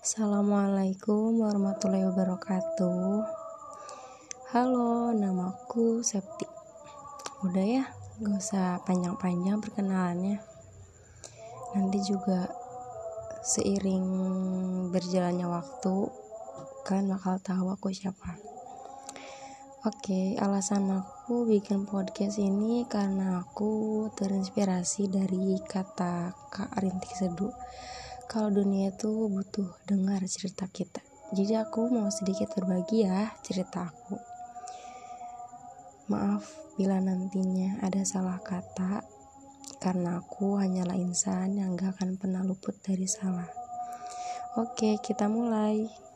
Assalamualaikum warahmatullahi wabarakatuh. Halo, namaku Septi. Udah ya, gak usah panjang-panjang perkenalannya. Nanti juga seiring berjalannya waktu kan bakal tahu aku siapa. Oke, alasan aku bikin podcast ini karena aku terinspirasi dari kata Kak Rintik Seduh. Kalau dunia tuh butuh dengar cerita kita. Jadi aku mau sedikit berbagi ya cerita aku. Maaf bila nantinya ada salah kata, karena aku hanyalah insan yang gak akan pernah luput dari salah. Oke, kita mulai.